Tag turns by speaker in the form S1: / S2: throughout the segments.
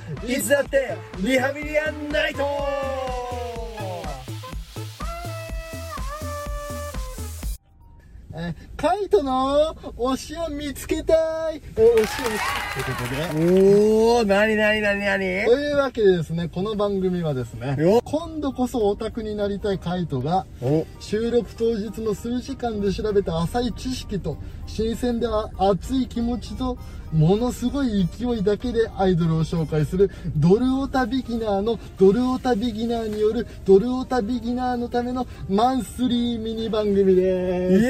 S1: いつだってリハビリアンナイト。
S2: カイトの推しを見つけたい。推しを見つけたいということで。
S1: おー、なに
S2: というわけでですね、この番組はですね、今度こそオタクになりたいカイトが、収録当日の数時間で調べた浅い知識と、新鮮で熱い気持ちと、ものすごい勢いだけでアイドルを紹介する、ドルオタビギナーのドルオタビギナーによる、ドルオタビギナーのためのマンスリーミニ番組です。
S1: イエ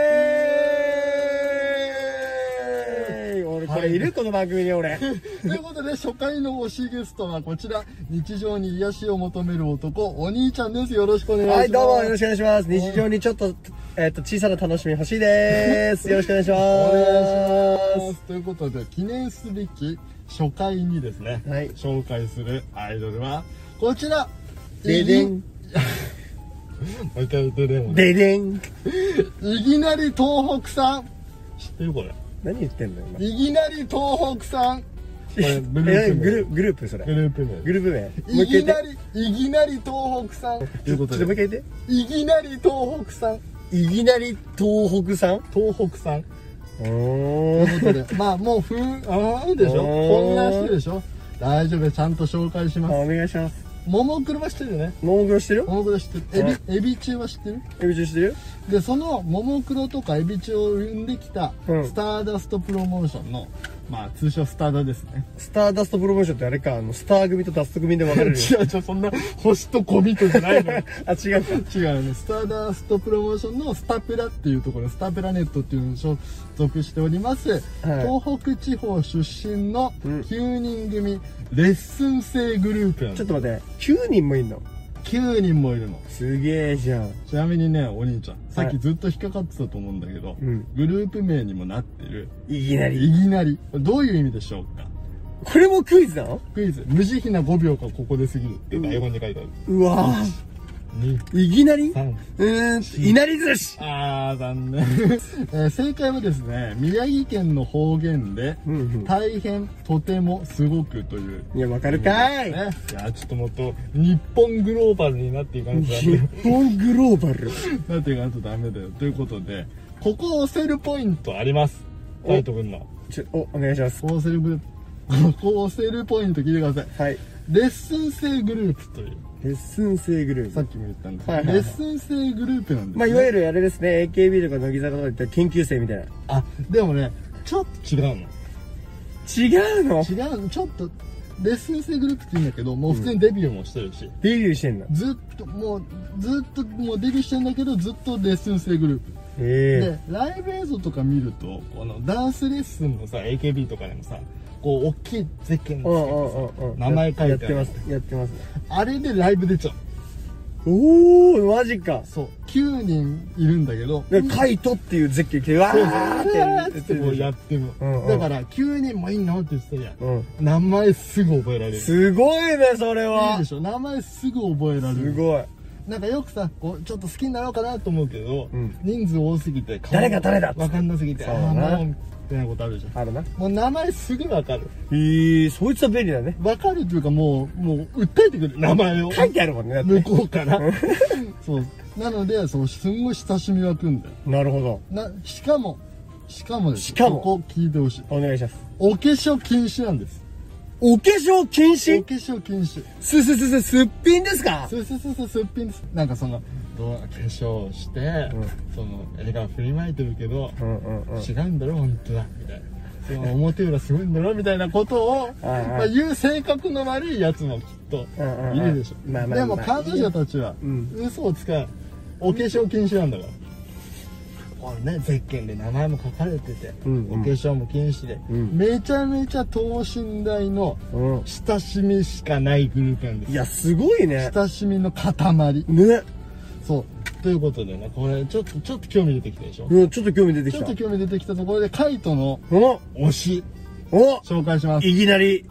S1: ーイ。俺これいる、この番組に俺。
S2: ということで、初回の推しゲストはこちら、日常に癒しを求める男、お兄ちゃんです。よろしくお願いします。
S1: はい、どうもよろしくお願いします。日常にちょっと、小さな楽しみ欲しいです。よろしくお願いします。
S2: お願いします。ということで、記念すべき初回にですね、
S1: はい、
S2: 紹介するアイドルは、こちら。
S1: ででん。
S2: もう一回言ってね。
S1: ででん。
S2: いきなり東北さん。知ってるこれ。
S1: 何言ってんの今。
S2: いきなり東北さん。これ
S1: グループそれ。
S2: グループ名。
S1: グループ名。
S2: いきなり東北さん。ということで。
S1: もう一回言って。
S2: いきなり東北さん。
S1: いきなり東北さん。
S2: 東北さん。
S1: という
S2: ことで、まあもうでしょ。こんな人でしょ。大丈夫、ちゃんと紹介します。
S1: お願いします。
S2: ももクロは知ってるよね。
S1: ももクロ知ってるよ。
S2: ももクロ知ってる。エビ中は知ってる。
S1: エビ中知ってるよ。
S2: で、そのももクロとかエビ中を生んできた、スターダストプロモーションの、まあ通称スターダですね。
S1: スターダストプロモーションってあれか、スター組とダスト組で分かれる。
S2: 違う、そんな星と小人じゃないの。
S1: あ、違うか。
S2: 違うね。スターダストプロモーションのスタプラっていうところ、スタプラネットっていうのに所属しております、東北地方出身の9人組レッスン生グループなんです。
S1: ちょっと待って、9人もいんの
S2: ？9人もいるの。
S1: すげえじゃん。
S2: ちなみにね、お兄ちゃん、さっきずっと引っかかってたと思うんだけど、グループ名にもなってる、
S1: いきなり。
S2: いきなり。どういう意味でしょうか？
S1: これもクイズなの？
S2: クイズ。無慈悲な5秒かここで過ぎるって台本に書いてある。
S1: うわぁ。いきなり？いなり寿司。
S2: 残念。正解はですね、宮城県の方言で、大変、とても、すごくという。
S1: いや、わかるかい。
S2: いや、ちょっともっと、日本グローバルになっていかないとダメ。
S1: 日本グローバル
S2: なっていかないとダメだよ。ということで、ここ押せるポイントあります。カイト君の。
S1: お願いします。
S2: ここ押せるポイント聞いてください。はい。レッスン生グループという。
S1: レッスン生グループ。
S2: さっきも言ったんですけど、レッスン生グループなんです。
S1: まあ、いわゆるあれですね、AKB とか乃木坂とか言ったら研究生みたいな。
S2: あ、でもね、ちょっと違うの。
S1: 違うの？
S2: ちょっと、レッスン生グループって言うんだけど、もう普通にデビューもしてるし。
S1: デビューしてんの？
S2: ずっともうデビューしてんだけど、ずっとレッスン生グループ。で、ライブ映像とか見ると、このダンスレッスンのさ、AKB とかでもさ、こう、大きいゼッケンをつけてさ、名前書いてある。
S1: やってます。
S2: あれでライブ出ちゃう。
S1: おー、マジか。
S2: そう。9人いるんだけど。
S1: カイトっていうゼッケン着て、わー
S2: ってもうやってる。だから、9人もいんのって言ってたじゃん。名前すぐ覚えられる。
S1: すごいね、それは。
S2: いいでしょ。名前すぐ覚えられる。
S1: すごい。
S2: なんかよくさ、こう、ちょっと好きになろうかなと思うけど、人数多すぎて、
S1: 誰が誰だ
S2: わかんなすぎて、もう、ってなことあるじゃん。
S1: あるな。
S2: もう名前すぐわかる。
S1: そいつは便利だね。
S2: わかるっていうかもう訴えてくる、名前を。
S1: 書いてあるもんね、
S2: 向こうから。そう。なので、すんごい親しみ湧くんだよ。
S1: なるほど。
S2: しかもです。ここ聞いてほしい。
S1: お願いします。
S2: お化粧禁止なんです。
S1: お化粧禁止？
S2: お化粧禁止。
S1: すっぴんですか？
S2: すっぴんです。なんか化粧して、笑顔振りまいてるけど、違うんだろ、本当だ、みたいな。表裏すごいんだろ、みたいなことを、言う性格の悪いやつもきっといるでしょ。でも彼女たちは、嘘をつかない。お化粧禁止なんだから。このね、ゼッケンで名前も書かれてて、お化粧も禁止で、めちゃめちゃ等身大の親しみしかないグループなんです。
S1: いや、すごいね。
S2: 親しみの塊。
S1: ね。
S2: そう。ということでね、これちょっと興味出てきたでしょ。
S1: ちょっと興味出てきた。
S2: ちょっと興味出てきたところで、カイトの推しを紹介します。
S1: いきなり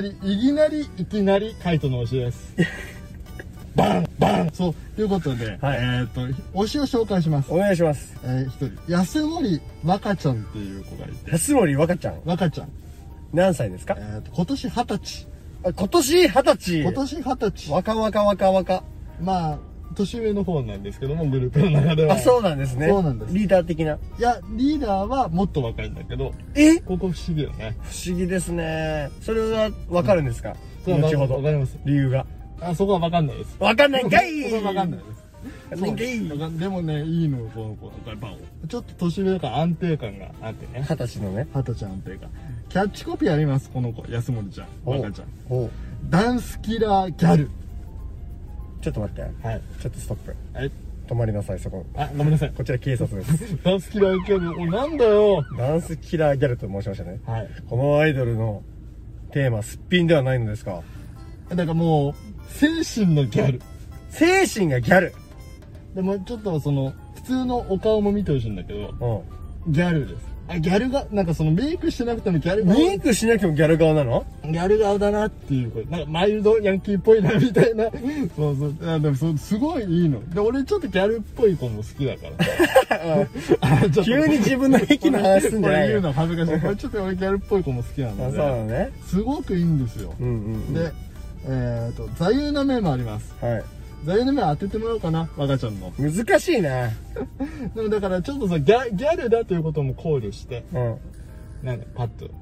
S2: カイトの推しです。バンそう、ということで、推しを紹介します。
S1: お願いします。
S2: 一人、安森若ちゃんっていう子がいて。
S1: 安森若ちゃん。
S2: 若ちゃん。
S1: 何歳ですか？
S2: 今年20歳。
S1: 今年20歳。
S2: 今年20歳。
S1: 若。
S2: まあ、年上の方なんですけども、グループの中では。
S1: あ、そうなんですね。
S2: そうなんです。
S1: リーダー的な。
S2: いや、リーダーはもっと若いんだけど。ここ不思議よね。
S1: 不思議ですね。それはわかるんですか？後ほど。
S2: わかります。
S1: 理由が。
S2: そこはわかんないです。
S1: わかんないんかい。
S2: そこはわかんないです。でもね、いいの、この子。ちょっと年上だから安定感があってね。
S1: 20歳のね。
S2: 20歳安定感。キャッチコピーあります、この子。安森ちゃん。若ちゃん。ダンスキラーギャル。
S1: ちょっと待って。
S2: はい。
S1: ちょっとストップ。
S2: はい。
S1: 止まりなさい、そこ。
S2: ごめんなさい。
S1: こちら警察です。
S2: ダンスキラーギャル。なんだよ。
S1: ダンスキラーギャルと申しましたね。
S2: はい。
S1: このアイドルのテーマ、すっぴんではないのですか？
S2: だからもう、精神のギャル。
S1: 精神がギャル。
S2: でもちょっと普通のお顔も見てほしいんだけど、ギャルです。ギャルが、なんかメイクしてなくてもギャル顔。
S1: メイクしなくてもギャル顔なの？
S2: ギャル顔だなっていう、なんかマイルドヤンキーっぽいなみたいな。そうそう。でもすごいいいの。で、俺ちょっとギャルっぽい子も好きだから。
S1: 急に自分の癖の話すんじゃないよ。
S2: これ言うの恥ずかしい。これちょっと俺ギャルっぽい子も好きなので。
S1: そうなのね。
S2: すごくいいんですよ。で、座右の銘もあります。
S1: はい。
S2: 座右の銘当ててもらおうかな、若ちゃんの。
S1: 難しいな。
S2: でもだからちょっとギャルだということも考慮して、なんかパッと。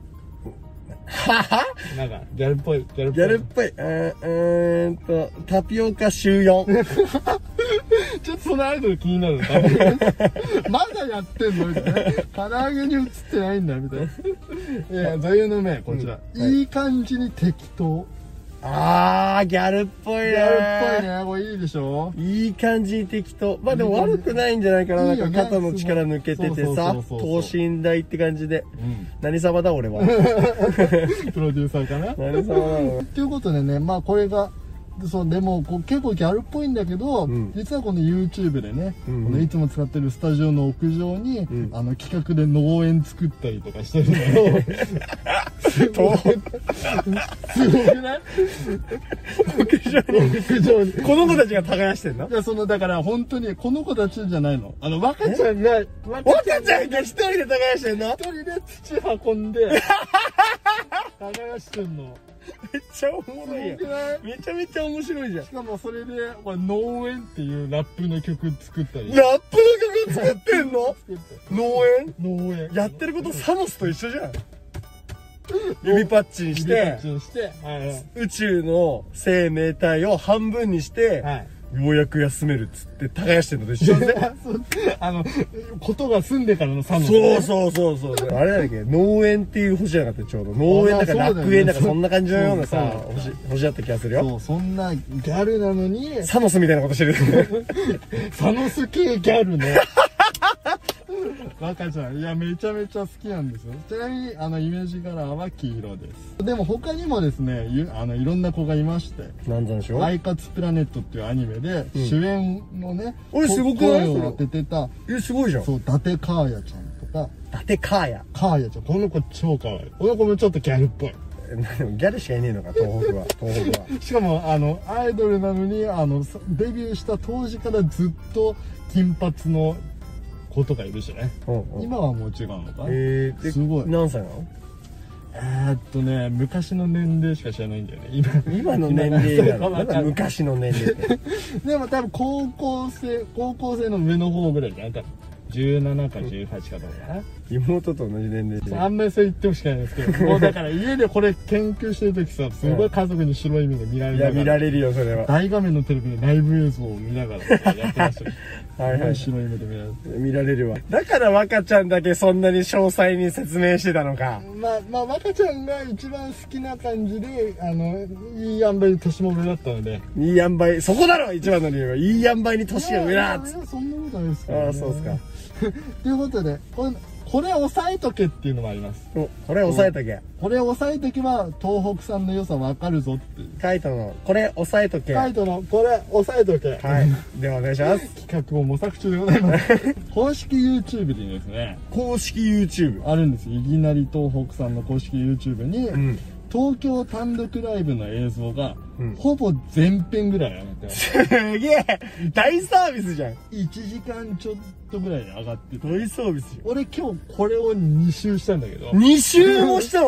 S2: なんかギャルっぽい。
S1: ギャルっぽい。タピオカ週4。
S2: ちょっとそのアイドル気になる。まだやってんのみたいな。唐揚げに映ってないんだみたいな。いや、座右の銘、こちら。いい感じに適当。
S1: ギャルっぽいね。
S2: ギャルっぽいね。これいいでしょ？
S1: いい感じに適当。まあでも悪くないんじゃないかな。なんか肩の力抜けててさ、等身大って感じで。何様だ俺は。
S2: プロデューサーかな？
S1: 何様だろう。
S2: ということでね、まあこれが、でも結構ギャルっぽいんだけど、実はこの YouTube でね、いつも使ってるスタジオの屋上に、企画で農園作ったりとかしてるのよ。すごくない？屋上に。
S1: この子たちが耕してんの？
S2: いや、だから本当にこの子たちじゃないの。若ちゃんが
S1: 一人で耕してんの？
S2: 一人で土運んで、耕してんの。
S1: めっちゃおもろいやん。めちゃめちゃ面白いじゃん。
S2: しかもそれで、農園っていうラップの曲作ったり。
S1: ラップの曲作ってんの？農園やってることサノスと一緒じゃん。指パッチンして、宇宙の生命体を半分にして、ようやく休めるっつって耕してんのと一緒で。
S2: ことが済んでからのサノス。
S1: そう。あれだっけ、農園っていう星じゃなかったちょうど。農園だか楽園だかそんな感じのようなさ、星だった気がするよ。
S2: そう、そんなギャルなのに。
S1: サノスみたいなことしてる。
S2: サノス系ギャルね。若ちゃん、いや、めちゃめちゃ好きなんですよ。ちなみに、イメージカラーは黄色です。でも他にもですね、いろんな子がいまして。
S1: なんでしょう？
S2: アイカツプラネットっていうアニメで、主演のね、
S1: すごくない？
S2: 声を当ててた。
S1: すごいじゃん。
S2: そう、伊達カーヤちゃんとか。
S1: 伊達カーヤ。
S2: カーヤちゃん。この子超可愛い。この子もちょっとギャルっぽい。
S1: ギャルしかいねえのか、東北は。
S2: しかも、アイドルなのに、デビューした当時からずっと金髪の子とかいるしね。今はもう違うのか。すごい。
S1: 何歳なの？
S2: 昔の年齢しか知らないんだよね。
S1: 今の年齢がまだ昔の年齢って。
S2: でも多分高校生の上の方ぐらいじゃん。17か18かとかな。
S1: 妹と同じ年齢で。
S2: あんまりそう言ってほしくないんですけど、もうだから家でこれ研究してる時さ、すごい家族に白い目で見られる。
S1: いや、見られるよ、それは。
S2: 大画面のテレビでライブ映像を見ながらやってましたよ。白い目で
S1: 見られるわ。だから若ちゃんだけそんなに詳細に説明してたのか。
S2: まあ若ちゃんが一番好きな感じで、いい塩梅に年も上だったので。
S1: いい塩梅、そこだろ一番の理由は。いい塩梅に年が上だっつって。
S2: そんなことないですからね。
S1: ああ、そうですか。
S2: ということで、これ押さえとけっていうのもあります。
S1: これ押さえとけ。
S2: これ押さえとけば東北産の良さわかるぞっていう。
S1: カイトのこれ押さえとけ。
S2: カイトのこれ押さえとけ。
S1: はい。ではお願いします。
S2: 企画を模索中でございます。公式 YouTube でですね。
S1: 公式 YouTube
S2: あるんですよ。いきなり東北産の公式 YouTube に、東京単独ライブの映像が、ほぼ全編ぐらい上がってます。
S1: すげえ大サービスじゃん。
S2: 1時間ちょっとぐらいで上がってて。
S1: 大サービスよ。
S2: 俺今日これを2周したんだけど。
S1: 2周もしたの？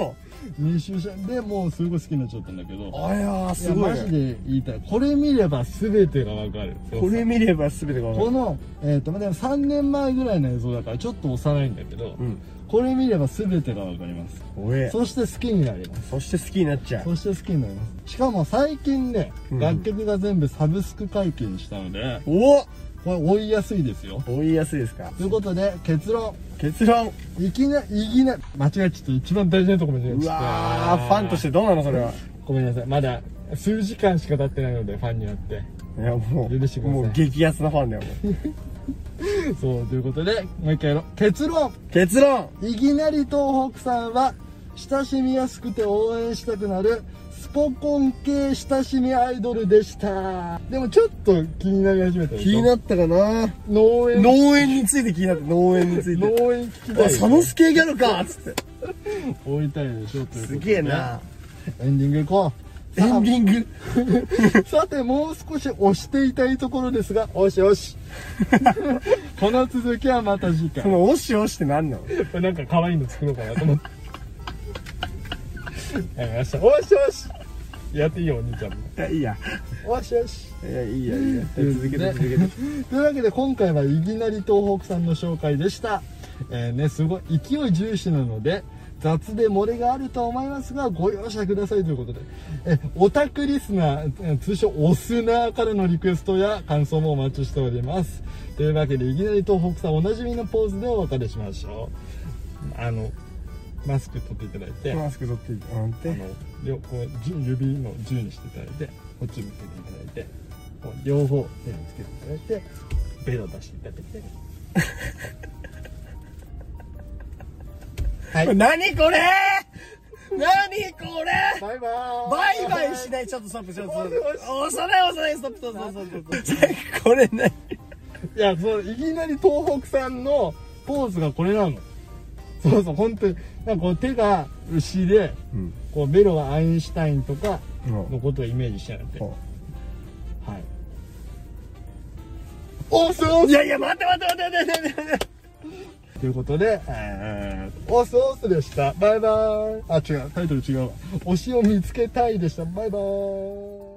S2: 2周したでもうすごい好きになっちゃったんだけど、
S1: あいやーすごい、
S2: マジで言いたい。これ見れば全てがわかる。
S1: これ見れば全てがわかる。
S2: このでも3年前ぐらいの映像だからちょっと幼いんだけど、これ見れば全てがわかります。そして好きになります。
S1: そして好きになっちゃう。
S2: そして好きになります。しかも最近ね、楽曲が全部サブスク解禁したので、これ追いやすいですよ。
S1: 追いやすいですか。
S2: ということで結論いきな間違えちゃって一番大事なところ間違えちゃった。
S1: うわー、ファンとしてどうなのそれは。
S2: ごめんなさい、まだ数時間しか経ってないので、ファンになって。
S1: いやもう
S2: 許してください。
S1: もう激アツなファンだよもう。
S2: そうということでもう一回やろう。結論いきなり東北さんは親しみやすくて応援したくなるスポコン系親しみアイドルでした。でもちょっと気になり始めたでしょ。
S1: 気になったかな。農園について気になって。農園について
S2: 農園聞きたい。
S1: サノス系ギャルかっつって
S2: 追いたいでしょ。ということで
S1: すげえな。
S2: エンディングいこう。
S1: エンディング
S2: さてもう少し押していたいところですが、おしこの続きはまた次回。
S1: そのおしおしって何なの。
S2: なんか可愛いの作ろうかなと思ってやりました。おしやっていいよお兄ちゃんも。
S1: いやいいや。
S2: おし
S1: いやいいや続けて
S2: というわけで今回はいきなり東北さんの紹介でした。すごい勢い重視なので雑で漏れがあるとは思いますがご容赦くださいということで、オタクリスナー通称オスナーからのリクエストや感想もお待ちしております。というわけでいきなり東北さんおなじみのポーズでお別れしましょう。マスク取っていただいて、
S1: マスク取っていただいて、
S2: こう指の10にしていただいて、こっち向けていただいて、こう両方手をつけていただいて、ベロ出していただいて
S1: はい、何これ
S2: バイバ
S1: イバイしない。ちょっとストップ遅いストップこれ何。
S2: いやいきなり東北さんのポーズがこれなの。そう本当になんかこう手が牛で、こうベロはアインシュタインとかのことをイメージしちゃって、はい。おそう
S1: いや待って
S2: ということで、オスでした。バイバーイ。あ、違う、タイトル違うわ。推しを見つけたいでした。バイバーイ。